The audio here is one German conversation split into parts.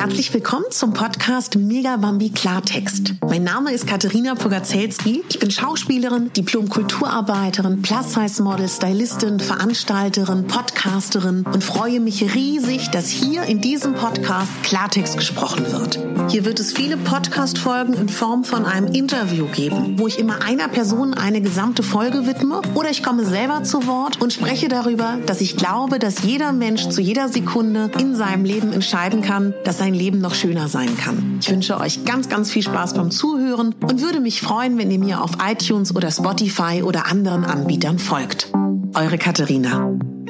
Herzlich willkommen zum Podcast Mega Bambi Klartext. Mein Name ist Katharina Pogacelski. Ich bin Schauspielerin, Diplom-Kulturarbeiterin, Plus-Size-Model, Stylistin, Veranstalterin, Podcasterin und freue mich riesig, dass hier in diesem Podcast Klartext gesprochen wird. Hier wird es viele Podcast-Folgen in Form von einem Interview geben, wo ich immer einer Person eine gesamte Folge widme oder ich komme selber zu Wort und spreche darüber, dass ich glaube, dass jeder Mensch zu jeder Sekunde in seinem Leben entscheiden kann, dass sein Leben noch schöner sein kann. Ich wünsche euch ganz, ganz viel Spaß beim Zuhören und würde mich freuen, wenn ihr mir auf iTunes oder Spotify oder anderen Anbietern folgt. Eure Katharina.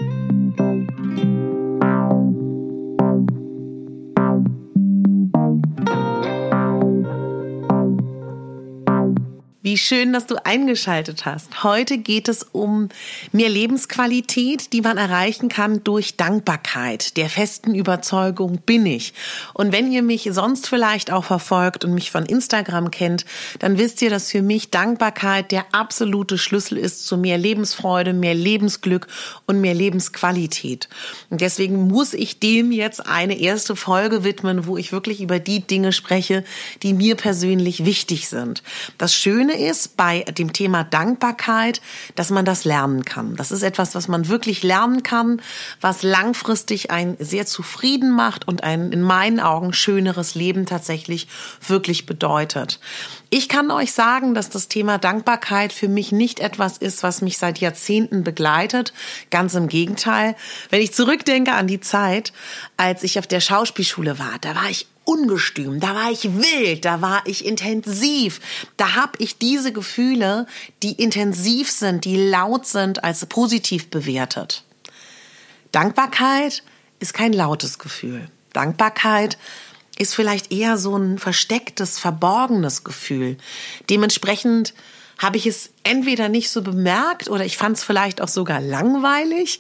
Wie schön, dass du eingeschaltet hast. Heute geht es um mehr Lebensqualität, die man erreichen kann durch Dankbarkeit, der festen Überzeugung bin ich. Und wenn ihr mich sonst vielleicht auch verfolgt und mich von Instagram kennt, dann wisst ihr, dass für mich Dankbarkeit der absolute Schlüssel ist zu mehr Lebensfreude, mehr Lebensglück und mehr Lebensqualität. Und deswegen muss ich dem jetzt eine erste Folge widmen, wo ich wirklich über die Dinge spreche, die mir persönlich wichtig sind. Das Schöne ist bei dem Thema Dankbarkeit, dass man das lernen kann. Das ist etwas, was man wirklich lernen kann, was langfristig einen sehr zufrieden macht und ein in meinen Augen schöneres Leben tatsächlich wirklich bedeutet. Ich kann euch sagen, dass das Thema Dankbarkeit für mich nicht etwas ist, was mich seit Jahrzehnten begleitet. Ganz im Gegenteil. Wenn ich zurückdenke an die Zeit, als ich auf der Schauspielschule war, da war ich ungestüm, da war ich wild, da war ich intensiv. Da habe ich diese Gefühle, die intensiv sind, die laut sind, als positiv bewertet. Dankbarkeit ist kein lautes Gefühl. Dankbarkeit ist vielleicht eher so ein verstecktes, verborgenes Gefühl. Dementsprechend habe ich es entweder nicht so bemerkt oder ich fand es vielleicht auch sogar langweilig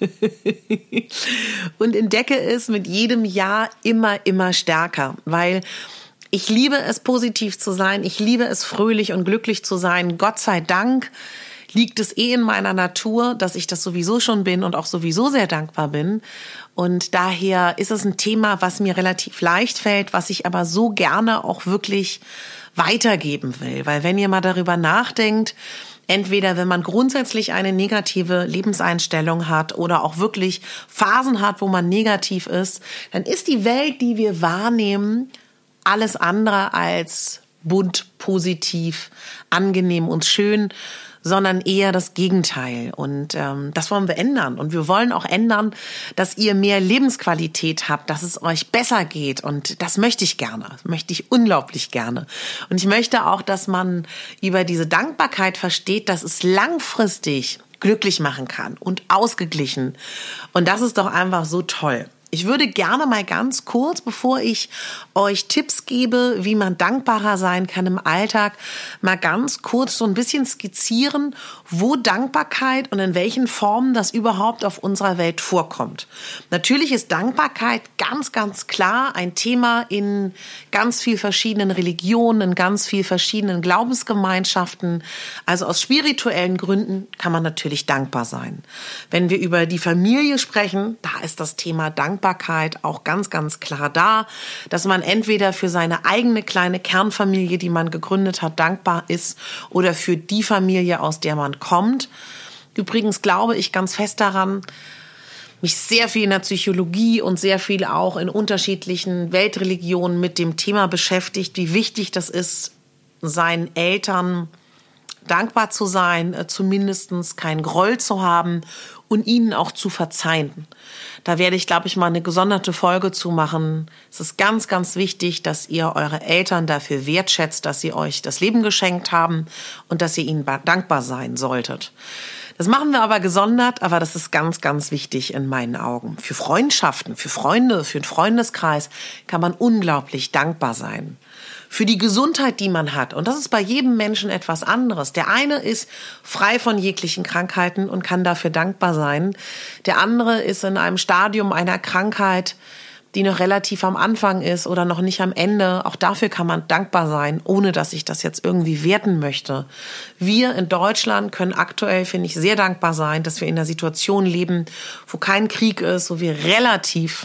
und entdecke es mit jedem Jahr immer stärker, weil ich liebe es, positiv zu sein, ich liebe es, fröhlich und glücklich zu sein. Gott sei Dank liegt es in meiner Natur, dass ich das sowieso schon bin und auch sowieso sehr dankbar bin. Und daher ist es ein Thema, was mir relativ leicht fällt, was ich aber so gerne auch wirklich weitergeben will. Weil wenn ihr mal darüber nachdenkt, entweder wenn man grundsätzlich eine negative Lebenseinstellung hat oder auch wirklich Phasen hat, wo man negativ ist, dann ist die Welt, die wir wahrnehmen, alles andere als bunt, positiv, angenehm und schön, sondern eher das Gegenteil. Und das wollen wir ändern. Und wir wollen auch ändern, dass ihr mehr Lebensqualität habt, dass es euch besser geht. Und das möchte ich gerne. Das möchte ich unglaublich gerne. Und ich möchte auch, dass man über diese Dankbarkeit versteht, dass es langfristig glücklich machen kann und ausgeglichen. Und das ist doch einfach so toll. Ich würde gerne mal ganz kurz, bevor ich euch Tipps gebe, wie man dankbarer sein kann im Alltag, mal ganz kurz so ein bisschen skizzieren, wo Dankbarkeit und in welchen Formen das überhaupt auf unserer Welt vorkommt. Natürlich ist Dankbarkeit ganz, ganz klar ein Thema in ganz viel verschiedenen Religionen, in ganz viel verschiedenen Glaubensgemeinschaften. Also aus spirituellen Gründen kann man natürlich dankbar sein. Wenn wir über die Familie sprechen, da ist das Thema Dankbarkeit auch ganz, ganz klar da, dass man entweder für seine eigene kleine Kernfamilie, die man gegründet hat, dankbar ist oder für die Familie, aus der man kommt. Übrigens glaube ich ganz fest daran, mich sehr viel in der Psychologie und sehr viel auch in unterschiedlichen Weltreligionen mit dem Thema beschäftigt, wie wichtig das ist, seinen Eltern dankbar zu sein, zumindest keinen Groll zu haben und ihnen auch zu verzeihen. Da werde ich, glaube ich, mal eine gesonderte Folge zu machen. Es ist ganz, ganz wichtig, dass ihr eure Eltern dafür wertschätzt, dass sie euch das Leben geschenkt haben und dass ihr ihnen dankbar sein solltet. Das machen wir aber gesondert, aber das ist ganz, ganz wichtig in meinen Augen. Für Freundschaften, für Freunde, für einen Freundeskreis kann man unglaublich dankbar sein. Für die Gesundheit, die man hat. Und das ist bei jedem Menschen etwas anderes. Der eine ist frei von jeglichen Krankheiten und kann dafür dankbar sein. Der andere ist in einem Stadium einer Krankheit, die noch relativ am Anfang ist oder noch nicht am Ende. Auch dafür kann man dankbar sein, ohne dass ich das jetzt irgendwie werten möchte. Wir in Deutschland können aktuell, finde ich, sehr dankbar sein, dass wir in einer Situation leben, wo kein Krieg ist, wo wir relativ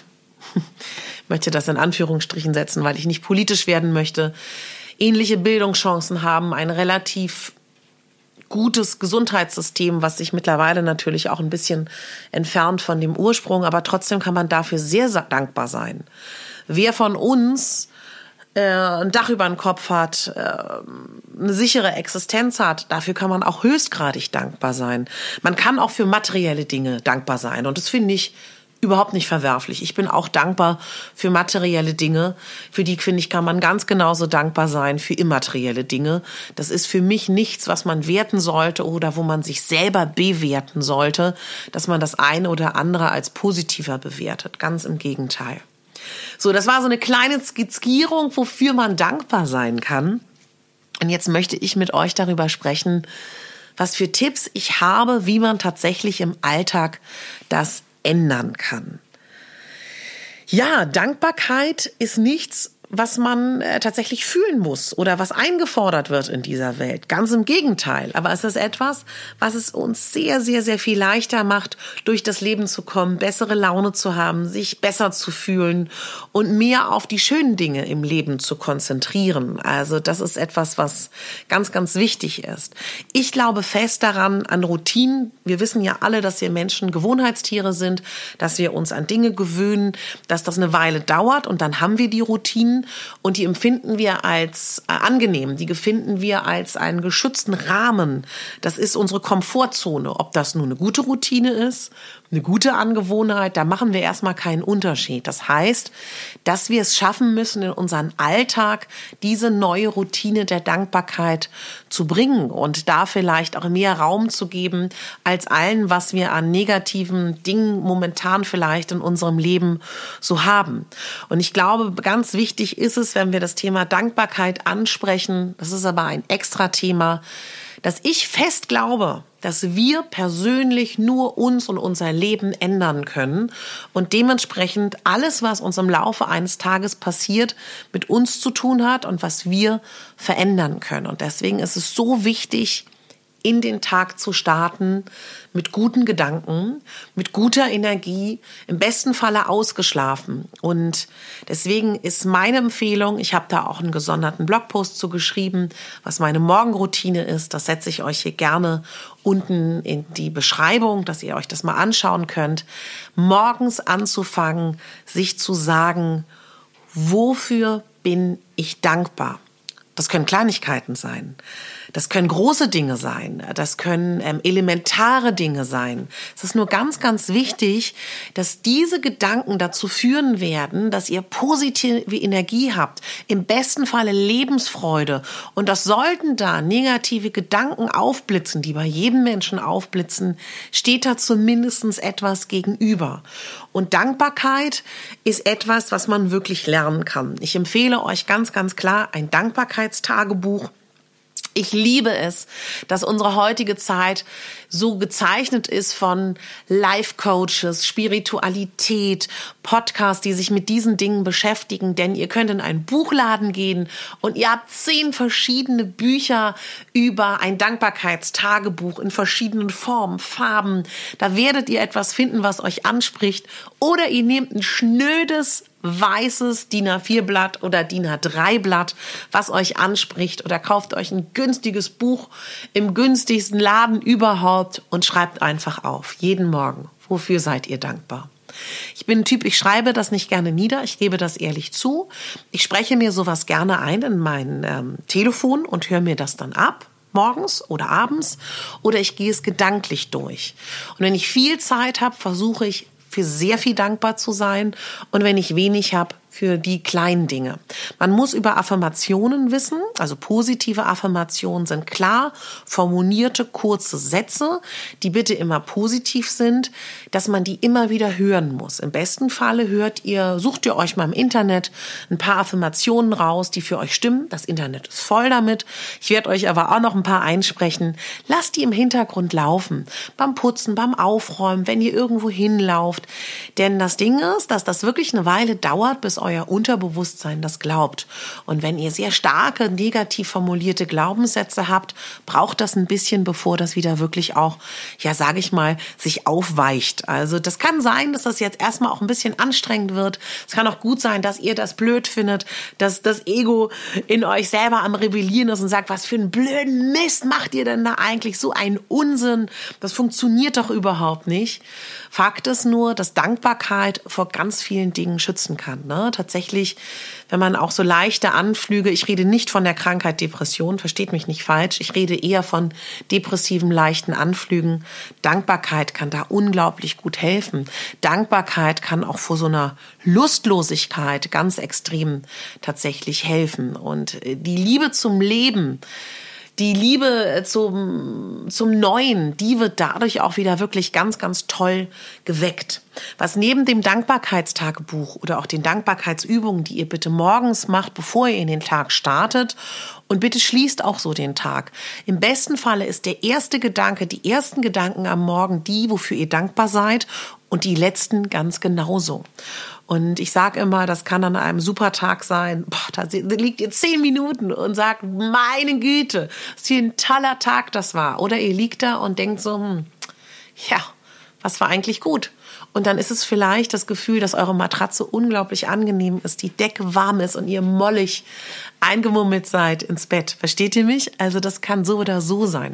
Ich möchte das in Anführungsstrichen setzen, weil ich nicht politisch werden möchte, ähnliche Bildungschancen haben, ein relativ gutes Gesundheitssystem, was sich mittlerweile natürlich auch ein bisschen entfernt von dem Ursprung, aber trotzdem kann man dafür sehr dankbar sein. Wer von uns ein Dach über den Kopf hat, eine sichere Existenz hat, dafür kann man auch höchstgradig dankbar sein. Man kann auch für materielle Dinge dankbar sein und das finde ich überhaupt nicht verwerflich. Ich bin auch dankbar für materielle Dinge. Für die, finde ich, kann man ganz genauso dankbar sein für immaterielle Dinge. Das ist für mich nichts, was man werten sollte oder wo man sich selber bewerten sollte, dass man das eine oder andere als positiver bewertet. Ganz im Gegenteil. So, das war so eine kleine Skizzierung, wofür man dankbar sein kann. Und jetzt möchte ich mit euch darüber sprechen, was für Tipps ich habe, wie man tatsächlich im Alltag das ändern kann. Ja, Dankbarkeit ist nichts, was man tatsächlich fühlen muss oder was eingefordert wird in dieser Welt. Ganz im Gegenteil. Aber es ist etwas, was es uns sehr, sehr, sehr viel leichter macht, durch das Leben zu kommen, bessere Laune zu haben, sich besser zu fühlen und mehr auf die schönen Dinge im Leben zu konzentrieren. Also das ist etwas, was ganz, ganz wichtig ist. Ich glaube fest daran, an Routinen. Wir wissen ja alle, dass wir Menschen Gewohnheitstiere sind, dass wir uns an Dinge gewöhnen, dass das eine Weile dauert und dann haben wir die Routinen. Und die empfinden wir als angenehm, die empfinden wir als einen geschützten Rahmen. Das ist unsere Komfortzone. Ob das nun eine gute Routine ist, eine gute Angewohnheit, da machen wir erstmal keinen Unterschied. Das heißt, dass wir es schaffen müssen, in unseren Alltag diese neue Routine der Dankbarkeit zu bringen und da vielleicht auch mehr Raum zu geben als allen, was wir an negativen Dingen momentan vielleicht in unserem Leben so haben. Und ich glaube, ganz wichtig ist es, wenn wir das Thema Dankbarkeit ansprechen, das ist aber ein extra Thema, dass ich fest glaube, dass wir persönlich nur uns und unser Leben ändern können und dementsprechend alles, was uns im Laufe eines Tages passiert, mit uns zu tun hat und was wir verändern können. Und deswegen ist es so wichtig, in den Tag zu starten mit guten Gedanken, mit guter Energie, im besten Falle ausgeschlafen. Und deswegen ist meine Empfehlung, ich habe da auch einen gesonderten Blogpost zu geschrieben, was meine Morgenroutine ist. Das setze ich euch hier gerne unten in die Beschreibung, dass ihr euch das mal anschauen könnt. Morgens anzufangen, sich zu sagen, wofür bin ich dankbar? Das können Kleinigkeiten sein. Das können große Dinge sein. Das können elementare Dinge sein. Es ist nur ganz, ganz wichtig, dass diese Gedanken dazu führen werden, dass ihr positive Energie habt. Im besten Falle Lebensfreude. Und das sollten da negative Gedanken aufblitzen, die bei jedem Menschen aufblitzen, steht da zumindest etwas gegenüber. Und Dankbarkeit ist etwas, was man wirklich lernen kann. Ich empfehle euch ganz, ganz klar ein Dankbarkeitstagebuch. Ich liebe es, dass unsere heutige Zeit so gezeichnet ist von Life-Coaches, Spiritualität, Podcasts, die sich mit diesen Dingen beschäftigen. Denn ihr könnt in einen Buchladen gehen und ihr habt 10 verschiedene Bücher über ein Dankbarkeitstagebuch in verschiedenen Formen, Farben. Da werdet ihr etwas finden, was euch anspricht. Oder ihr nehmt ein schnödes weißes DIN A4-Blatt oder DIN A3-Blatt, was euch anspricht, oder kauft euch ein günstiges Buch im günstigsten Laden überhaupt und schreibt einfach auf, jeden Morgen. Wofür seid ihr dankbar? Ich bin ein Typ, ich schreibe das nicht gerne nieder, ich gebe das ehrlich zu. Ich spreche mir sowas gerne ein in mein Telefon und höre mir das dann ab. Morgens oder abends, oder ich gehe es gedanklich durch. Und wenn ich viel Zeit habe, versuche ich für sehr viel dankbar zu sein, und wenn ich wenig habe, für die kleinen Dinge. Man muss über Affirmationen wissen, also positive Affirmationen sind klar formulierte, kurze Sätze, die bitte immer positiv sind, dass man die immer wieder hören muss. Im besten Falle sucht ihr euch mal im Internet ein paar Affirmationen raus, die für euch stimmen. Das Internet ist voll damit. Ich werde euch aber auch noch ein paar einsprechen. Lasst die im Hintergrund laufen, beim Putzen, beim Aufräumen, wenn ihr irgendwo hinlauft. Denn das Ding ist, dass das wirklich eine Weile dauert, bis bis euer Unterbewusstsein das glaubt. Und wenn ihr sehr starke, negativ formulierte Glaubenssätze habt, braucht das ein bisschen, bevor das wieder wirklich auch, ja, sage ich mal, sich aufweicht. Also das kann sein, dass das jetzt erstmal auch ein bisschen anstrengend wird. Es kann auch gut sein, dass ihr das blöd findet, dass das Ego in euch selber am Rebellieren ist und sagt, was für einen blöden Mist macht ihr denn da eigentlich? So ein Unsinn. Das funktioniert doch überhaupt nicht. Fakt ist nur, dass Dankbarkeit vor ganz vielen Dingen schützen kann. Ne? Tatsächlich, wenn man auch so leichte Anflüge, ich rede nicht von der Krankheit Depression, versteht mich nicht falsch, ich rede eher von depressiven, leichten Anflügen. Dankbarkeit kann da unglaublich gut helfen. Dankbarkeit kann auch vor so einer Lustlosigkeit ganz extrem tatsächlich helfen. Und die Liebe zum Leben, die Liebe zum Neuen, die wird dadurch auch wieder wirklich ganz, ganz toll geweckt. Was neben dem Dankbarkeitstagebuch oder auch den Dankbarkeitsübungen, die ihr bitte morgens macht, bevor ihr in den Tag startet, und bitte schließt auch so den Tag. Im besten Falle ist der erste Gedanke, die ersten Gedanken am Morgen die, wofür ihr dankbar seid, und die letzten ganz genauso. Und ich sage immer, das kann an einem super Tag sein, da liegt ihr 10 Minuten und sagt, meine Güte, was für ein toller Tag das war. Oder ihr liegt da und denkt so, ja, was war eigentlich gut? Und dann ist es vielleicht das Gefühl, dass eure Matratze unglaublich angenehm ist, die Decke warm ist und ihr mollig eingemummelt seid ins Bett. Versteht ihr mich? Also das kann so oder so sein.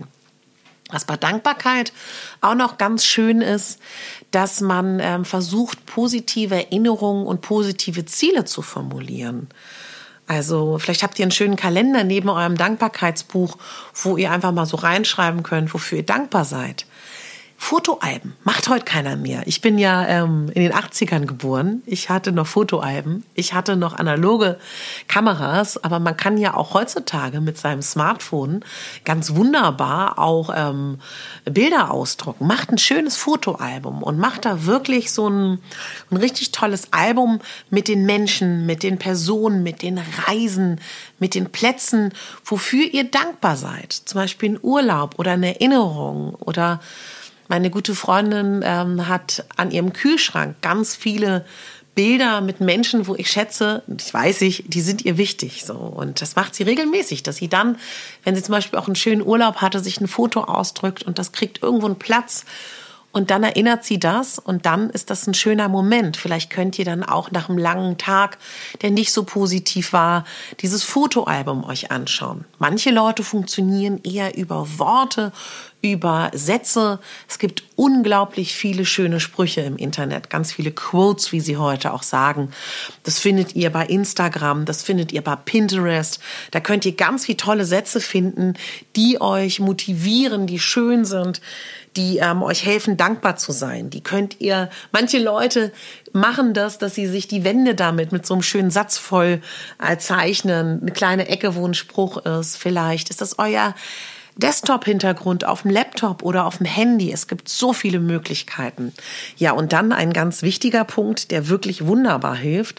Was bei Dankbarkeit auch noch ganz schön ist, dass man versucht, positive Erinnerungen und positive Ziele zu formulieren. Also vielleicht habt ihr einen schönen Kalender neben eurem Dankbarkeitsbuch, wo ihr einfach mal so reinschreiben könnt, wofür ihr dankbar seid. Fotoalben macht heute keiner mehr. Ich bin ja in den 80ern geboren. Ich hatte noch Fotoalben. Ich hatte noch analoge Kameras. Aber man kann ja auch heutzutage mit seinem Smartphone ganz wunderbar auch Bilder ausdrucken. Macht ein schönes Fotoalbum und macht da wirklich so ein richtig tolles Album mit den Menschen, mit den Personen, mit den Reisen, mit den Plätzen, wofür ihr dankbar seid. Zum Beispiel ein Urlaub oder eine Erinnerung oder meine gute Freundin hat an ihrem Kühlschrank ganz viele Bilder mit Menschen, wo ich schätze, die sind ihr wichtig. So. Und das macht sie regelmäßig, dass sie dann, wenn sie zum Beispiel auch einen schönen Urlaub hatte, sich ein Foto ausdrückt und das kriegt irgendwo einen Platz. Und dann erinnert sie das und dann ist das ein schöner Moment. Vielleicht könnt ihr dann auch nach einem langen Tag, der nicht so positiv war, dieses Fotoalbum euch anschauen. Manche Leute funktionieren eher über Worte, über Sätze. Es gibt unglaublich viele schöne Sprüche im Internet, ganz viele Quotes, wie sie heute auch sagen. Das findet ihr bei Instagram, das findet ihr bei Pinterest. Da könnt ihr ganz viele tolle Sätze finden, die euch motivieren, die schön sind, die euch helfen, dankbar zu sein. Die könnt ihr, manche Leute machen das, dass sie sich die Wände damit mit so einem schönen Satz voll zeichnen. Eine kleine Ecke, wo ein Spruch ist. Vielleicht ist das euer Desktop-Hintergrund auf dem Laptop oder auf dem Handy. Es gibt so viele Möglichkeiten. Ja, und dann ein ganz wichtiger Punkt, der wirklich wunderbar hilft,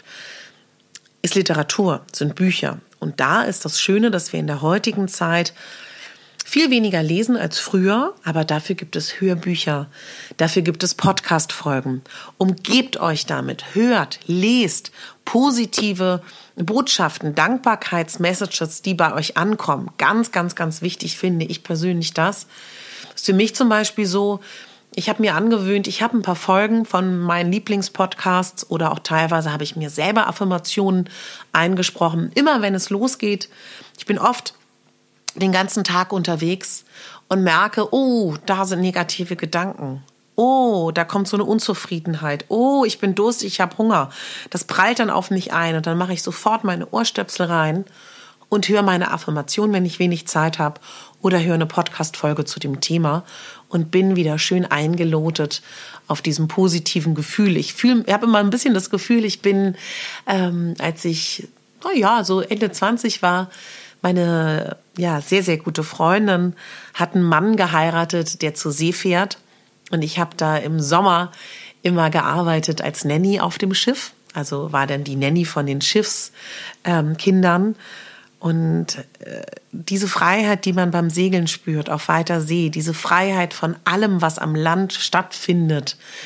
ist Literatur, sind Bücher. Und da ist das Schöne, dass wir in der heutigen Zeit viel weniger lesen als früher, aber dafür gibt es Hörbücher, dafür gibt es Podcast-Folgen. Umgebt euch damit, hört, lest positive Botschaften, Dankbarkeitsmessages, die bei euch ankommen. Ganz, ganz, ganz wichtig finde ich persönlich das. Das ist für mich zum Beispiel so, ich habe mir angewöhnt, ich habe ein paar Folgen von meinen Lieblingspodcasts oder auch teilweise habe ich mir selber Affirmationen eingesprochen. Immer wenn es losgeht, ich bin oft den ganzen Tag unterwegs und merke, oh, da sind negative Gedanken. Oh, da kommt so eine Unzufriedenheit. Oh, ich bin durstig, ich habe Hunger. Das prallt dann auf mich ein und dann mache ich sofort meine Ohrstöpsel rein und höre meine Affirmation, wenn ich wenig Zeit habe, oder höre eine Podcast-Folge zu dem Thema und bin wieder schön eingelotet auf diesem positiven Gefühl. Ich habe immer ein bisschen das Gefühl, ich bin, als ich, so Ende 20 war, meine sehr, sehr gute Freundin hat einen Mann geheiratet, der zur See fährt. Und ich habe da im Sommer immer gearbeitet als Nanny auf dem Schiff. Also war dann die Nanny von den Schiffskindern. Und diese Freiheit, die man beim Segeln spürt auf weiter See, diese Freiheit von allem, was am Land stattfindet,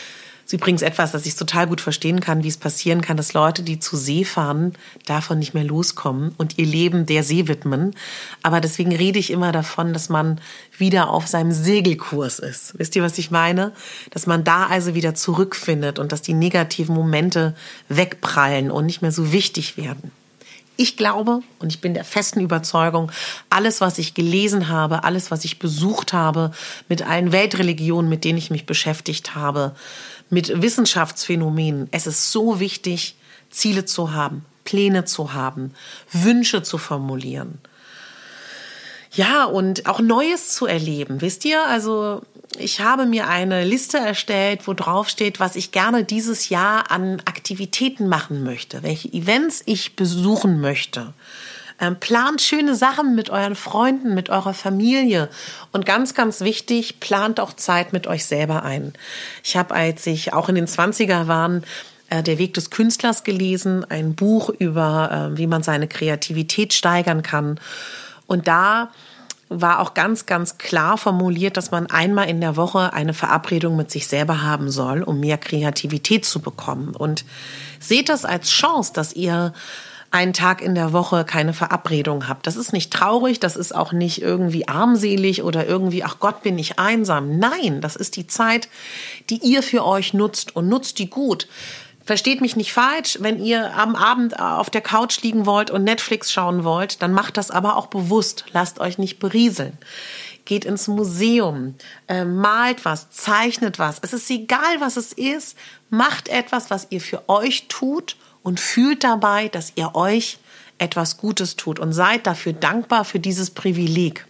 ist übrigens etwas, das ich total gut verstehen kann, wie es passieren kann, dass Leute, die zu See fahren, davon nicht mehr loskommen und ihr Leben der See widmen. Aber deswegen rede ich immer davon, dass man wieder auf seinem Segelkurs ist. Wisst ihr, was ich meine? Dass man da also wieder zurückfindet und dass die negativen Momente wegprallen und nicht mehr so wichtig werden. Ich glaube und ich bin der festen Überzeugung, alles, was ich gelesen habe, alles, was ich besucht habe, mit allen Weltreligionen, mit denen ich mich beschäftigt habe, mit Wissenschaftsphänomenen, es ist so wichtig, Ziele zu haben, Pläne zu haben, Wünsche zu formulieren. Ja, und auch Neues zu erleben, wisst ihr? Also ich habe mir eine Liste erstellt, wo drauf steht, was ich gerne dieses Jahr an Aktivitäten machen möchte, welche Events ich besuchen möchte. Plant schöne Sachen mit euren Freunden, mit eurer Familie. Und ganz, ganz wichtig, plant auch Zeit mit euch selber ein. Ich habe, als ich auch in den 20er waren, Der Weg des Künstlers gelesen, ein Buch über, wie man seine Kreativität steigern kann. Und da war auch ganz, ganz klar formuliert, dass man einmal in der Woche eine Verabredung mit sich selber haben soll, um mehr Kreativität zu bekommen. Und seht das als Chance, dass ihr einen Tag in der Woche keine Verabredung habt. Das ist nicht traurig, das ist auch nicht irgendwie armselig oder irgendwie, ach Gott, bin ich einsam. Nein, das ist die Zeit, die ihr für euch nutzt und nutzt die gut. Versteht mich nicht falsch, wenn ihr am Abend auf der Couch liegen wollt und Netflix schauen wollt, dann macht das aber auch bewusst. Lasst euch nicht berieseln. Geht ins Museum, malt was, zeichnet was. Es ist egal, was es ist. Macht etwas, was ihr für euch tut und fühlt dabei, dass ihr euch etwas Gutes tut und seid dafür dankbar für dieses Privileg.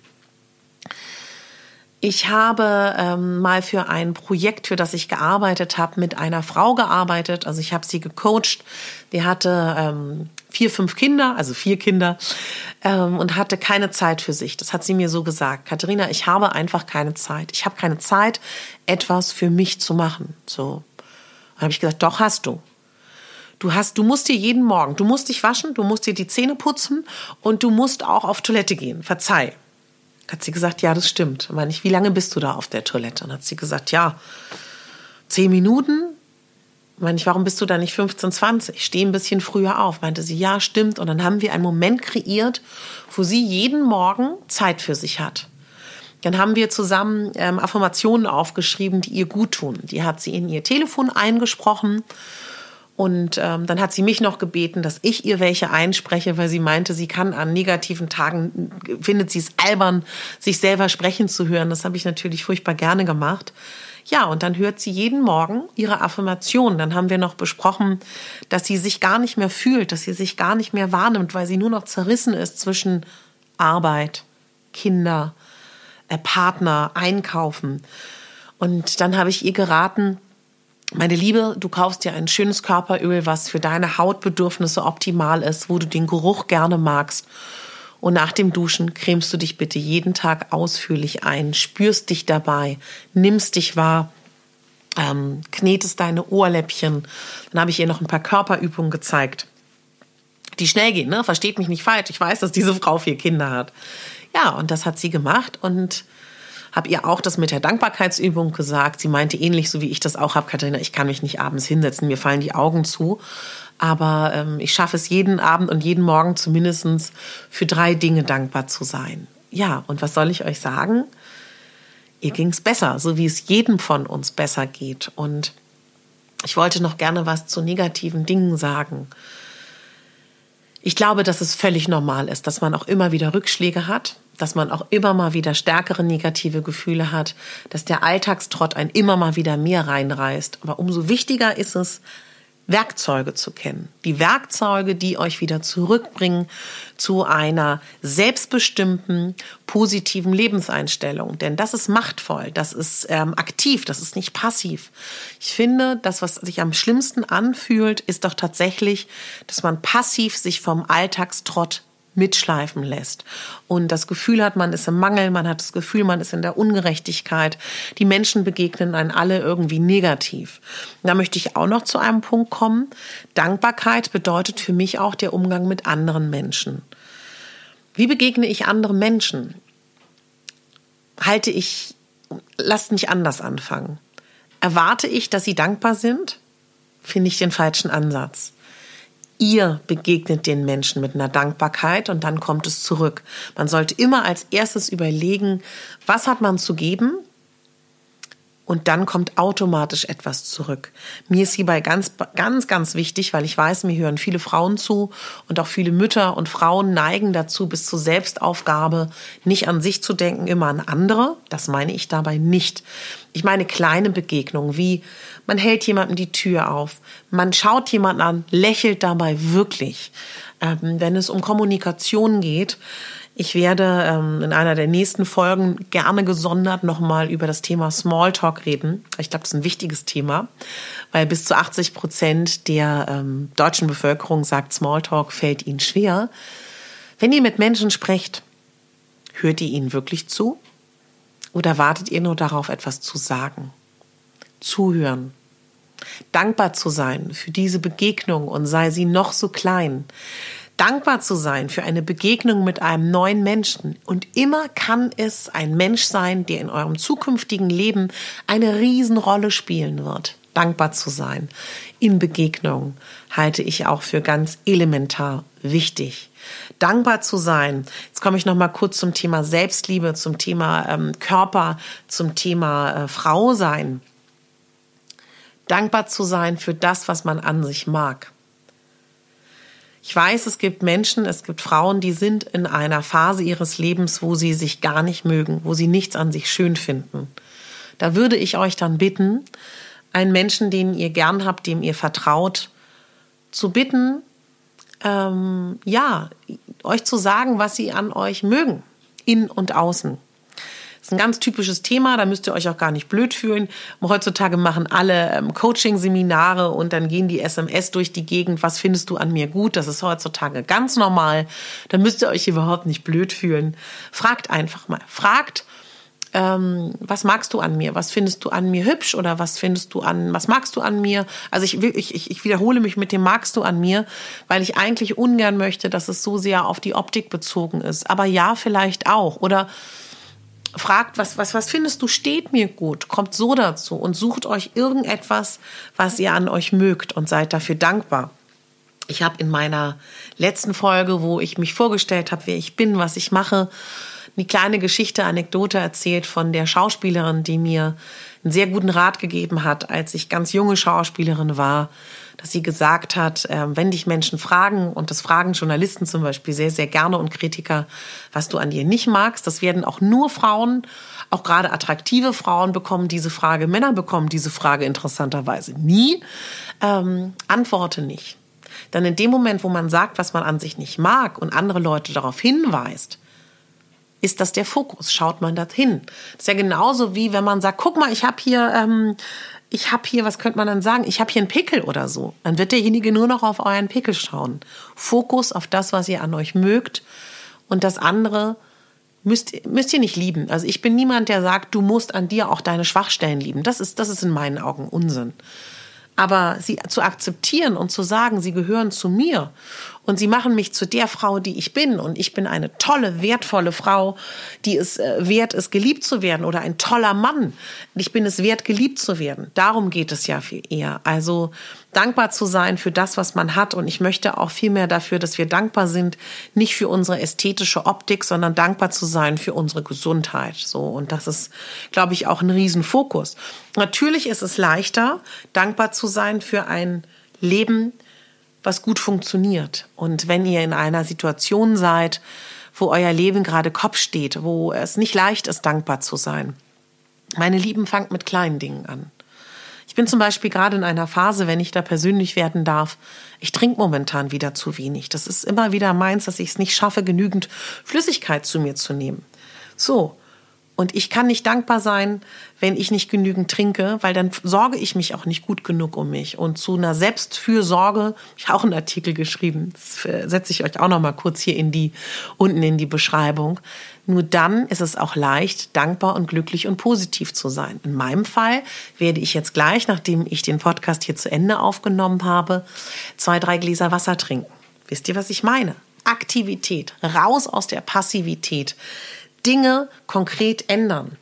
Ich habe mal für ein Projekt, für das ich gearbeitet habe, mit einer Frau gearbeitet. Also ich habe sie gecoacht. Die hatte 4 Kinder und hatte keine Zeit für sich. Das hat sie mir so gesagt. Katharina, ich habe einfach keine Zeit. Ich habe keine Zeit, etwas für mich zu machen. So. Dann habe ich gesagt, doch hast du. Du musst dir jeden Morgen, du musst dich waschen, du musst dir die Zähne putzen und du musst auch auf Toilette gehen. Verzeih. Hat sie gesagt, ja, das stimmt. Dann meine ich, wie lange bist du da auf der Toilette? Und hat sie gesagt, ja, 10 Minuten. Meine ich, warum bist du da nicht 15, 20? Ich stehe ein bisschen früher auf. Meinte sie, ja, stimmt. Und dann haben wir einen Moment kreiert, wo sie jeden Morgen Zeit für sich hat. Dann haben wir zusammen Affirmationen aufgeschrieben, die ihr gut tun. Die hat sie in ihr Telefon eingesprochen. Und dann hat sie mich noch gebeten, dass ich ihr welche einspreche, weil sie meinte, sie kann an negativen Tagen, findet sie es albern, sich selber sprechen zu hören. Das habe ich natürlich furchtbar gerne gemacht. Ja, und dann hört sie jeden Morgen ihre Affirmation. Dann haben wir noch besprochen, dass sie sich gar nicht mehr fühlt, dass sie sich gar nicht mehr wahrnimmt, weil sie nur noch zerrissen ist zwischen Arbeit, Kinder, Partner, Einkaufen. Und dann habe ich ihr geraten, meine Liebe, du kaufst dir ein schönes Körperöl, was für deine Hautbedürfnisse optimal ist, wo du den Geruch gerne magst. Und nach dem Duschen cremst du dich bitte jeden Tag ausführlich ein, spürst dich dabei, nimmst dich wahr, knetest deine Ohrläppchen. Dann habe ich ihr noch ein paar Körperübungen gezeigt, die schnell gehen, ne? Versteht mich nicht falsch. Ich weiß, dass diese Frau 4 Kinder hat. Ja, und das hat sie gemacht und habe ihr auch das mit der Dankbarkeitsübung gesagt. Sie meinte ähnlich, so wie ich das auch habe, Katharina, ich kann mich nicht abends hinsetzen, mir fallen die Augen zu. Aber ich schaffe es jeden Abend und jeden Morgen zumindest für 3 Dinge dankbar zu sein. Ja, und was soll ich euch sagen? Ihr ging's besser, so wie es jedem von uns besser geht. Und ich wollte noch gerne was zu negativen Dingen sagen. Ich glaube, dass es völlig normal ist, dass man auch immer wieder Rückschläge hat, dass man auch immer mal wieder stärkere negative Gefühle hat, dass der Alltagstrott einen immer mal wieder mehr reinreißt. Aber umso wichtiger ist es, Werkzeuge zu kennen. Die Werkzeuge, die euch wieder zurückbringen zu einer selbstbestimmten, positiven Lebenseinstellung. Denn das ist machtvoll, das ist aktiv, das ist nicht passiv. Ich finde, das, was sich am schlimmsten anfühlt, ist doch tatsächlich, dass man passiv sich vom Alltagstrott mitschleifen lässt und das Gefühl hat, man ist im Mangel, man hat das Gefühl, man ist in der Ungerechtigkeit. Die Menschen begegnen einen alle irgendwie negativ. Da möchte ich auch noch zu einem Punkt kommen. Dankbarkeit bedeutet für mich auch der Umgang mit anderen Menschen. Wie begegne ich anderen Menschen? Lasst mich anders anfangen. Erwarte ich, dass sie dankbar sind? Finde ich den falschen Ansatz. Ihr begegnet den Menschen mit einer Dankbarkeit und dann kommt es zurück. Man sollte immer als erstes überlegen, was hat man zu geben? Und dann kommt automatisch etwas zurück. Mir ist hierbei ganz, ganz, ganz wichtig, weil ich weiß, mir hören viele Frauen zu und auch viele Mütter und Frauen neigen dazu, bis zur Selbstaufgabe nicht an sich zu denken, immer an andere. Das meine ich dabei nicht. Ich meine kleine Begegnungen, wie man hält jemandem die Tür auf, man schaut jemanden an, lächelt dabei wirklich. Wenn es um Kommunikation geht, ich werde in einer der nächsten Folgen gerne gesondert nochmal über das Thema Smalltalk reden. Ich glaube, das ist ein wichtiges Thema, weil bis zu 80% der deutschen Bevölkerung sagt, Smalltalk fällt ihnen schwer. Wenn ihr mit Menschen sprecht, hört ihr ihnen wirklich zu? Oder wartet ihr nur darauf, etwas zu sagen? Zuhören. Dankbar zu sein für diese Begegnung und sei sie noch so klein. Dankbar zu sein für eine Begegnung mit einem neuen Menschen. Und immer kann es ein Mensch sein, der in eurem zukünftigen Leben eine Riesenrolle spielen wird. Dankbar zu sein in Begegnungen halte ich auch für ganz elementar wichtig. Dankbar zu sein. Jetzt komme ich noch mal kurz zum Thema Selbstliebe, zum Thema Körper, zum Thema Frau sein. Dankbar zu sein für das, was man an sich mag. Ich weiß, es gibt Menschen, es gibt Frauen, die sind in einer Phase ihres Lebens, wo sie sich gar nicht mögen, wo sie nichts an sich schön finden. Da würde ich euch dann bitten, einen Menschen, den ihr gern habt, dem ihr vertraut, zu bitten, euch zu sagen, was sie an euch mögen, innen und außen. Das ist ein ganz typisches Thema, da müsst ihr euch auch gar nicht blöd fühlen. Heutzutage machen alle Coaching-Seminare und dann gehen die SMS durch die Gegend. Was findest du an mir gut? Das ist heutzutage ganz normal. Da müsst ihr euch überhaupt nicht blöd fühlen. Fragt einfach mal. Fragt, was magst du an mir? Was findest du an mir hübsch? Oder was magst du an mir? Also ich wiederhole mich mit dem magst du an mir, weil ich eigentlich ungern möchte, dass es so sehr auf die Optik bezogen ist. Aber ja, vielleicht auch. Oder fragt, was findest du steht mir gut? Kommt so dazu und sucht euch irgendetwas, was ihr an euch mögt und seid dafür dankbar. Ich habe in meiner letzten Folge, wo ich mich vorgestellt habe, wer ich bin, was ich mache, eine kleine Anekdote erzählt von der Schauspielerin, die mir einen sehr guten Rat gegeben hat, als ich ganz junge Schauspielerin war, dass sie gesagt hat, wenn dich Menschen fragen, und das fragen Journalisten zum Beispiel sehr, sehr gerne und Kritiker, was du an dir nicht magst, das werden auch nur Frauen, auch gerade attraktive Frauen bekommen diese Frage, Männer bekommen diese Frage interessanterweise nie, antworte nicht. Denn in dem Moment, wo man sagt, was man an sich nicht mag und andere Leute darauf hinweist, ist das der Fokus, schaut man dorthin. Das ist ja genauso wie, wenn man sagt, guck mal, ich habe hier, was könnte man dann sagen, ich habe hier einen Pickel oder so. Dann wird derjenige nur noch auf euren Pickel schauen. Fokus auf das, was ihr an euch mögt, und das andere müsst ihr nicht lieben. Also ich bin niemand, der sagt, du musst an dir auch deine Schwachstellen lieben. Das ist in meinen Augen Unsinn. Aber sie zu akzeptieren und zu sagen, sie gehören zu mir und sie machen mich zu der Frau, die ich bin, und ich bin eine tolle, wertvolle Frau, die es wert ist, geliebt zu werden, oder ein toller Mann, ich bin es wert, geliebt zu werden. Darum geht es ja viel eher. Also dankbar zu sein für das, was man hat, und ich möchte auch viel mehr dafür, dass wir dankbar sind, nicht für unsere ästhetische Optik, sondern dankbar zu sein für unsere Gesundheit. So, und das ist, glaube ich, auch ein Riesenfokus. Natürlich ist es leichter, dankbar zu sein für ein Leben, was gut funktioniert. Und wenn ihr in einer Situation seid, wo euer Leben gerade Kopf steht, wo es nicht leicht ist, dankbar zu sein. Meine Lieben, fangt mit kleinen Dingen an. Ich bin zum Beispiel gerade in einer Phase, wenn ich da persönlich werden darf, ich trinke momentan wieder zu wenig. Das ist immer wieder meins, dass ich es nicht schaffe, genügend Flüssigkeit zu mir zu nehmen. So. Und ich kann nicht dankbar sein, wenn ich nicht genügend trinke, weil dann sorge ich mich auch nicht gut genug um mich. Und zu einer Selbstfürsorge, habe ich auch einen Artikel geschrieben, das setze ich euch auch noch mal kurz hier unten in die Beschreibung. Nur dann ist es auch leicht, dankbar und glücklich und positiv zu sein. In meinem Fall werde ich jetzt gleich, nachdem ich den Podcast hier zu Ende aufgenommen habe, 2-3 Gläser Wasser trinken. Wisst ihr, was ich meine? Aktivität, raus aus der Passivität. Dinge konkret ändern.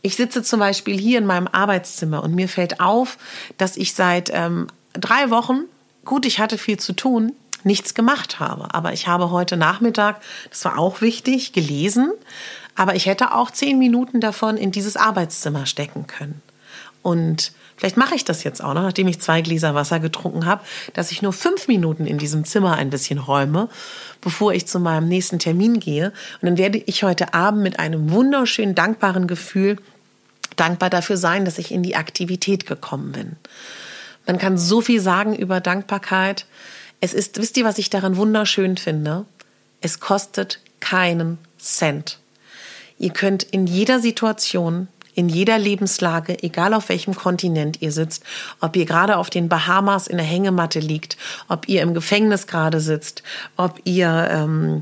Ich sitze zum Beispiel hier in meinem Arbeitszimmer und mir fällt auf, dass ich seit 3 Wochen, gut, ich hatte viel zu tun, nichts gemacht habe. Aber ich habe heute Nachmittag, das war auch wichtig, gelesen. Aber ich hätte auch 10 Minuten davon in dieses Arbeitszimmer stecken können. Und vielleicht mache ich das jetzt auch noch, nachdem ich 2 Gläser Wasser getrunken habe, dass ich nur 5 Minuten in diesem Zimmer ein bisschen räume, bevor ich zu meinem nächsten Termin gehe. Und dann werde ich heute Abend mit einem wunderschönen, dankbaren Gefühl dankbar dafür sein, dass ich in die Aktivität gekommen bin. Man kann so viel sagen über Dankbarkeit. Wisst ihr, was ich daran wunderschön finde? Es kostet keinen Cent. Ihr könnt in jeder Situation, in jeder Lebenslage, egal auf welchem Kontinent ihr sitzt, ob ihr gerade auf den Bahamas in der Hängematte liegt, ob ihr im Gefängnis gerade sitzt, ob ihr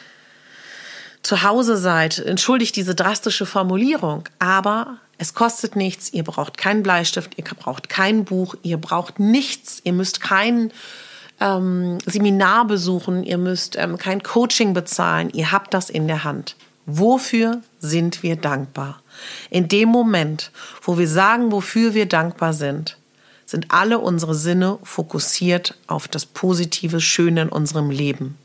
zu Hause seid, entschuldigt diese drastische Formulierung, aber es kostet nichts, ihr braucht keinen Bleistift, ihr braucht kein Buch, ihr braucht nichts, ihr müsst kein Seminar besuchen, ihr müsst kein Coaching bezahlen, ihr habt das in der Hand. Wofür sind wir dankbar? In dem Moment, wo wir sagen, wofür wir dankbar sind alle unsere Sinne fokussiert auf das positive, Schöne in unserem Leben.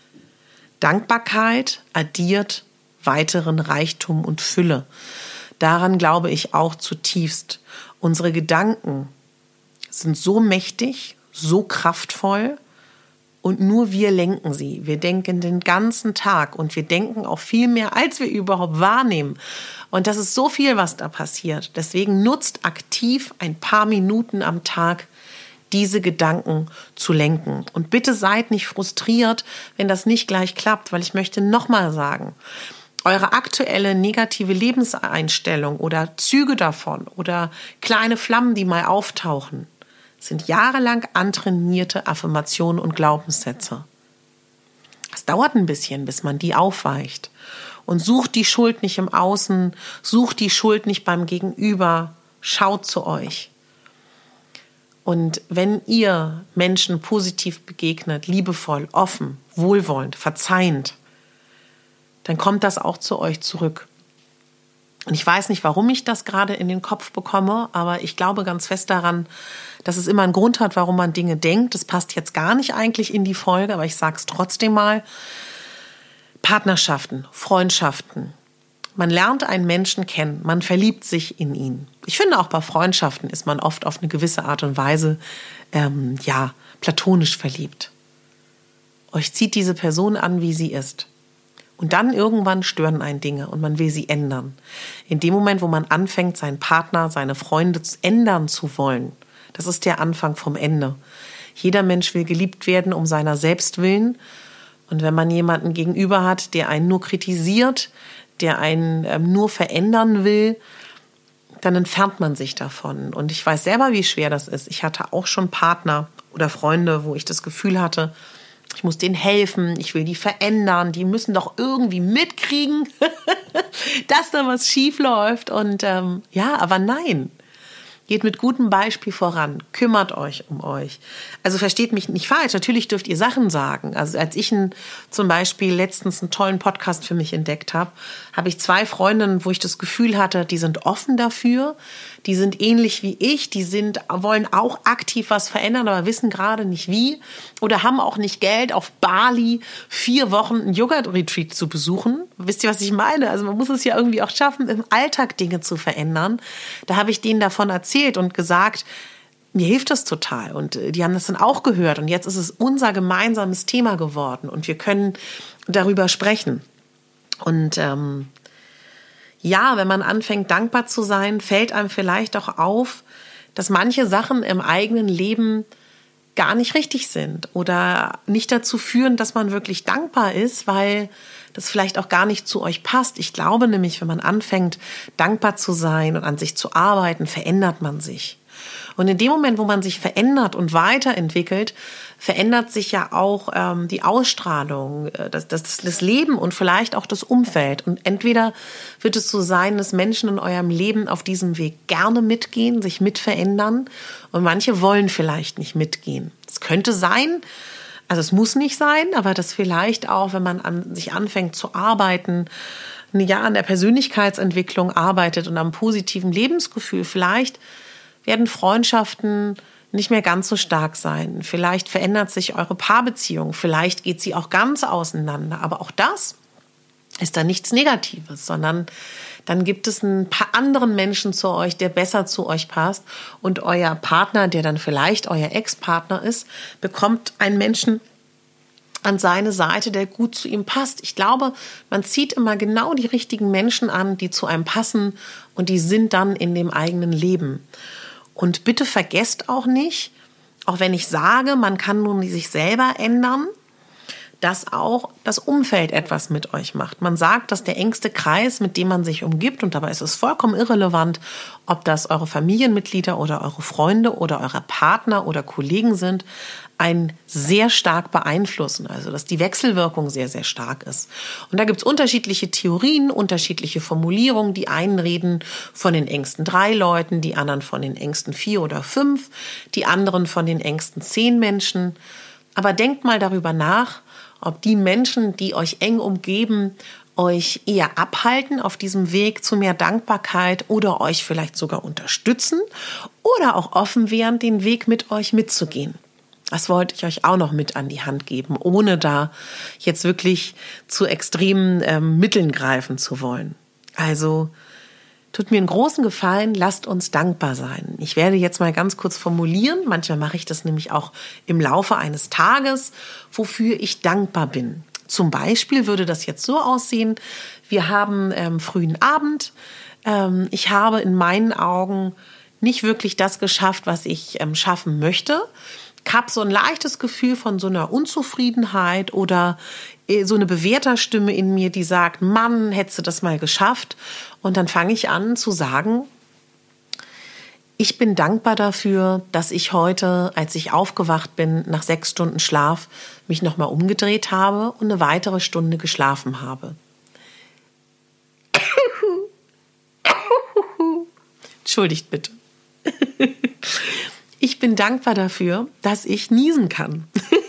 Dankbarkeit addiert weiteren Reichtum und Fülle. Daran glaube ich auch zutiefst. Unsere Gedanken sind so mächtig, so kraftvoll und nur wir lenken sie. Wir denken den ganzen Tag und wir denken auch viel mehr, als wir überhaupt wahrnehmen. Und das ist so viel, was da passiert. Deswegen nutzt aktiv ein paar Minuten am Tag, diese Gedanken zu lenken. Und bitte seid nicht frustriert, wenn das nicht gleich klappt, weil ich möchte nochmal sagen, eure aktuelle negative Lebenseinstellung oder Züge davon oder kleine Flammen, die mal auftauchen, sind jahrelang antrainierte Affirmationen und Glaubenssätze. Es dauert ein bisschen, bis man die aufweicht. Und sucht die Schuld nicht im Außen, sucht die Schuld nicht beim Gegenüber, schaut zu euch. Und wenn ihr Menschen positiv begegnet, liebevoll, offen, wohlwollend, verzeihend, dann kommt das auch zu euch zurück. Und ich weiß nicht, warum ich das gerade in den Kopf bekomme, aber ich glaube ganz fest daran, dass es immer einen Grund hat, warum man Dinge denkt. Das passt jetzt gar nicht eigentlich in die Folge, aber ich sage es trotzdem mal. Partnerschaften, Freundschaften. Man lernt einen Menschen kennen, man verliebt sich in ihn. Ich finde, auch bei Freundschaften ist man oft auf eine gewisse Art und Weise platonisch verliebt. Euch zieht diese Person an, wie sie ist. Und dann irgendwann stören einen Dinge und man will sie ändern. In dem Moment, wo man anfängt, seinen Partner, seine Freunde ändern zu wollen, das ist der Anfang vom Ende. Jeder Mensch will geliebt werden um seiner selbst willen. Und wenn man jemanden gegenüber hat, der einen nur kritisiert, der einen nur verändern will, dann entfernt man sich davon. Und ich weiß selber, wie schwer das ist. Ich hatte auch schon Partner oder Freunde, wo ich das Gefühl hatte, ich muss denen helfen, ich will die verändern, die müssen doch irgendwie mitkriegen, dass da was schief läuft. Und aber nein. Geht mit gutem Beispiel voran, kümmert euch um euch. Also versteht mich nicht falsch, natürlich dürft ihr Sachen sagen. Also als ich zum Beispiel letztens einen tollen Podcast für mich entdeckt habe, habe ich 2 Freundinnen, wo ich das Gefühl hatte, die sind offen dafür, die sind ähnlich wie ich, wollen auch aktiv was verändern, aber wissen gerade nicht wie oder haben auch nicht Geld, auf Bali 4 Wochen ein Yoga-Retreat zu besuchen. Wisst ihr, was ich meine? Also man muss es ja irgendwie auch schaffen, im Alltag Dinge zu verändern. Da habe ich denen davon erzählt und gesagt, mir hilft das total. Und die haben das dann auch gehört. Und jetzt ist es unser gemeinsames Thema geworden. Und wir können darüber sprechen. Und wenn man anfängt, dankbar zu sein, fällt einem vielleicht auch auf, dass manche Sachen im eigenen Leben gar nicht richtig sind oder nicht dazu führen, dass man wirklich dankbar ist, weil das vielleicht auch gar nicht zu euch passt. Ich glaube nämlich, wenn man anfängt, dankbar zu sein und an sich zu arbeiten, verändert man sich. Und in dem Moment, wo man sich verändert und weiterentwickelt, verändert sich ja auch die Ausstrahlung, das Leben und vielleicht auch das Umfeld. Und entweder wird es so sein, dass Menschen in eurem Leben auf diesem Weg gerne mitgehen, sich mitverändern und manche wollen vielleicht nicht mitgehen. Es könnte sein, also es muss nicht sein, aber das vielleicht auch, wenn man an sich anfängt zu arbeiten, an der Persönlichkeitsentwicklung arbeitet und am positiven Lebensgefühl. Vielleicht werden Freundschaften nicht mehr ganz so stark sein. Vielleicht verändert sich eure Paarbeziehung. Vielleicht geht sie auch ganz auseinander. Aber auch das ist dann nichts Negatives, sondern dann gibt es ein paar anderen Menschen zu euch, der besser zu euch passt. Und euer Partner, der dann vielleicht euer Ex-Partner ist, bekommt einen Menschen an seine Seite, der gut zu ihm passt. Ich glaube, man zieht immer genau die richtigen Menschen an, die zu einem passen und die sind dann in dem eigenen Leben. Und bitte vergesst auch nicht, auch wenn ich sage, man kann nun sich selber ändern, dass auch das Umfeld etwas mit euch macht. Man sagt, dass der engste Kreis, mit dem man sich umgibt, und dabei ist es vollkommen irrelevant, ob das eure Familienmitglieder oder eure Freunde oder eure Partner oder Kollegen sind, einen sehr stark beeinflussen. Also dass die Wechselwirkung sehr, sehr stark ist. Und da gibt es unterschiedliche Theorien, unterschiedliche Formulierungen. Die einen reden von den engsten 3 Leuten, die anderen von den engsten 4 oder 5, die anderen von den engsten 10 Menschen. Aber denkt mal darüber nach, ob die Menschen, die euch eng umgeben, euch eher abhalten auf diesem Weg zu mehr Dankbarkeit oder euch vielleicht sogar unterstützen oder auch offen wären, den Weg mit euch mitzugehen. Das wollte ich euch auch noch mit an die Hand geben, ohne da jetzt wirklich zu extremen Mitteln greifen zu wollen. Also tut mir einen großen Gefallen, lasst uns dankbar sein. Ich werde jetzt mal ganz kurz formulieren, manchmal mache ich das nämlich auch im Laufe eines Tages, wofür ich dankbar bin. Zum Beispiel würde das jetzt so aussehen, wir haben frühen Abend, ich habe in meinen Augen nicht wirklich das geschafft, was ich schaffen möchte. Ich habe so ein leichtes Gefühl von so einer Unzufriedenheit oder so eine Bewerterstimme in mir, die sagt, Mann, hättest du das mal geschafft? Und dann fange ich an zu sagen, ich bin dankbar dafür, dass ich heute, als ich aufgewacht bin, nach 6 Stunden Schlaf, mich nochmal umgedreht habe und eine weitere Stunde geschlafen habe. Entschuldigt bitte. Ich bin dankbar dafür, dass ich niesen kann.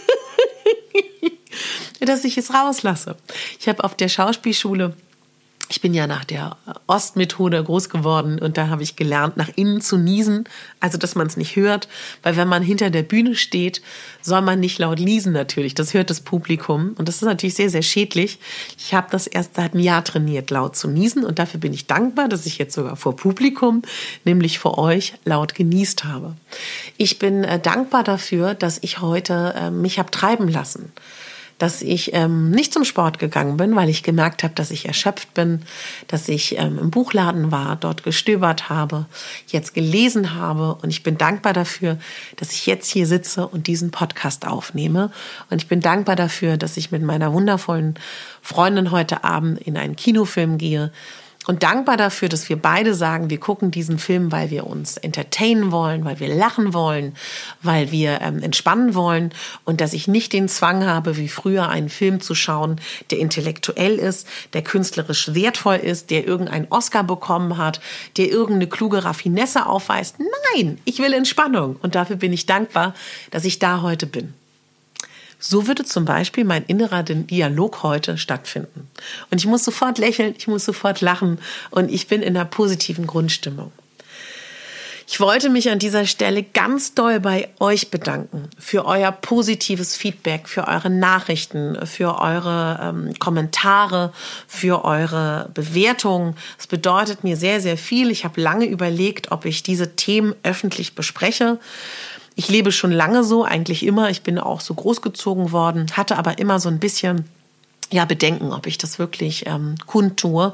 Dass ich es rauslasse. Ich habe auf der Schauspielschule, ich bin ja nach der Ostmethode groß geworden und da habe ich gelernt, nach innen zu niesen, also dass man es nicht hört, weil wenn man hinter der Bühne steht, soll man nicht laut niesen natürlich, das hört das Publikum und das ist natürlich sehr, sehr schädlich. Ich habe das erst seit einem Jahr trainiert, laut zu niesen und dafür bin ich dankbar, dass ich jetzt sogar vor Publikum, nämlich vor euch, laut genießt habe. Ich bin dankbar dafür, dass ich heute mich habe treiben lassen. Dass ich nicht zum Sport gegangen bin, weil ich gemerkt habe, dass ich erschöpft bin, dass ich im Buchladen war, dort gestöbert habe, jetzt gelesen habe und ich bin dankbar dafür, dass ich jetzt hier sitze und diesen Podcast aufnehme und ich bin dankbar dafür, dass ich mit meiner wundervollen Freundin heute Abend in einen Kinofilm gehe und dankbar dafür, dass wir beide sagen, wir gucken diesen Film, weil wir uns entertainen wollen, weil wir lachen wollen, weil wir entspannen wollen und dass ich nicht den Zwang habe, wie früher einen Film zu schauen, der intellektuell ist, der künstlerisch wertvoll ist, der irgendeinen Oscar bekommen hat, der irgendeine kluge Raffinesse aufweist. Nein, ich will Entspannung und dafür bin ich dankbar, dass ich da heute bin. So würde zum Beispiel mein innerer Dialog heute stattfinden. Und ich muss sofort lächeln, ich muss sofort lachen und ich bin in einer positiven Grundstimmung. Ich wollte mich an dieser Stelle ganz doll bei euch bedanken für euer positives Feedback, für eure Nachrichten, für eure Kommentare, für eure Bewertungen. Es bedeutet mir sehr, sehr viel. Ich habe lange überlegt, ob ich diese Themen öffentlich bespreche. Ich lebe schon lange so, eigentlich immer. Ich bin auch so großgezogen worden, hatte aber immer so ein bisschen Bedenken, ob ich das wirklich kundtue.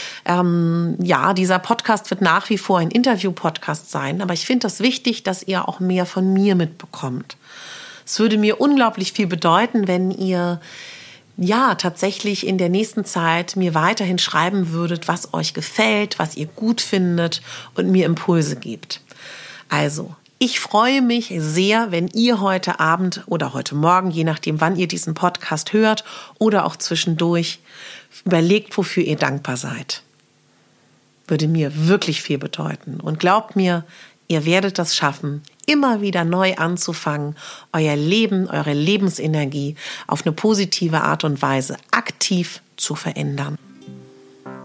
Dieser Podcast wird nach wie vor ein Interview-Podcast sein, aber ich finde das wichtig, dass ihr auch mehr von mir mitbekommt. Es würde mir unglaublich viel bedeuten, wenn ihr tatsächlich in der nächsten Zeit mir weiterhin schreiben würdet, was euch gefällt, was ihr gut findet und mir Impulse gebt. Also, ich freue mich sehr, wenn ihr heute Abend oder heute Morgen, je nachdem, wann ihr diesen Podcast hört oder auch zwischendurch, überlegt, wofür ihr dankbar seid. Würde mir wirklich viel bedeuten. Und glaubt mir, ihr werdet das schaffen, immer wieder neu anzufangen, euer Leben, eure Lebensenergie auf eine positive Art und Weise aktiv zu verändern.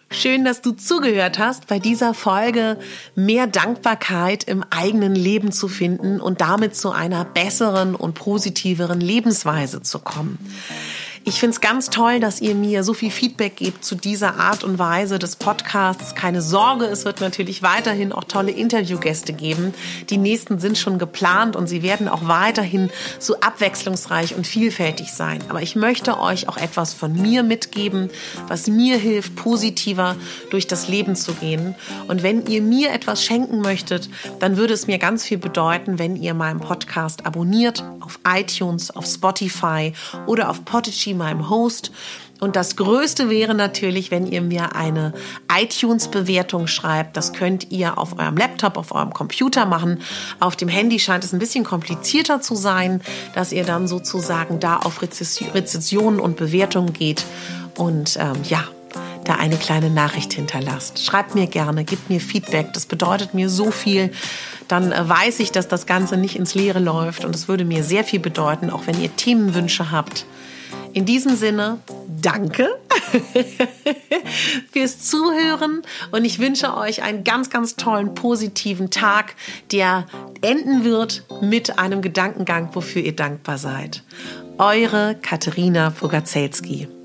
Schön, dass du zugehört hast bei dieser Folge, mehr Dankbarkeit im eigenen Leben zu finden und damit zu einer besseren und positiveren Lebensweise zu kommen. Ich finde es ganz toll, dass ihr mir so viel Feedback gebt zu dieser Art und Weise des Podcasts. Keine Sorge, es wird natürlich weiterhin auch tolle Interviewgäste geben. Die nächsten sind schon geplant und sie werden auch weiterhin so abwechslungsreich und vielfältig sein. Aber ich möchte euch auch etwas von mir mitgeben, was mir hilft, positiver durch das Leben zu gehen. Und wenn ihr mir etwas schenken möchtet, dann würde es mir ganz viel bedeuten, wenn ihr meinen Podcast abonniert auf iTunes, auf Spotify oder auf Podigy, meinem Host. Und das Größte wäre natürlich, wenn ihr mir eine iTunes-Bewertung schreibt. Das könnt ihr auf eurem Laptop, auf eurem Computer machen. Auf dem Handy scheint es ein bisschen komplizierter zu sein, dass ihr dann sozusagen da auf Rezensionen und Bewertungen geht und da eine kleine Nachricht hinterlasst. Schreibt mir gerne, gebt mir Feedback. Das bedeutet mir so viel. Dann weiß ich, dass das Ganze nicht ins Leere läuft. Und es würde mir sehr viel bedeuten, auch wenn ihr Themenwünsche habt. In diesem Sinne, danke fürs Zuhören und ich wünsche euch einen ganz, ganz tollen, positiven Tag, der enden wird mit einem Gedankengang, wofür ihr dankbar seid. Eure Katharina Bogazelski.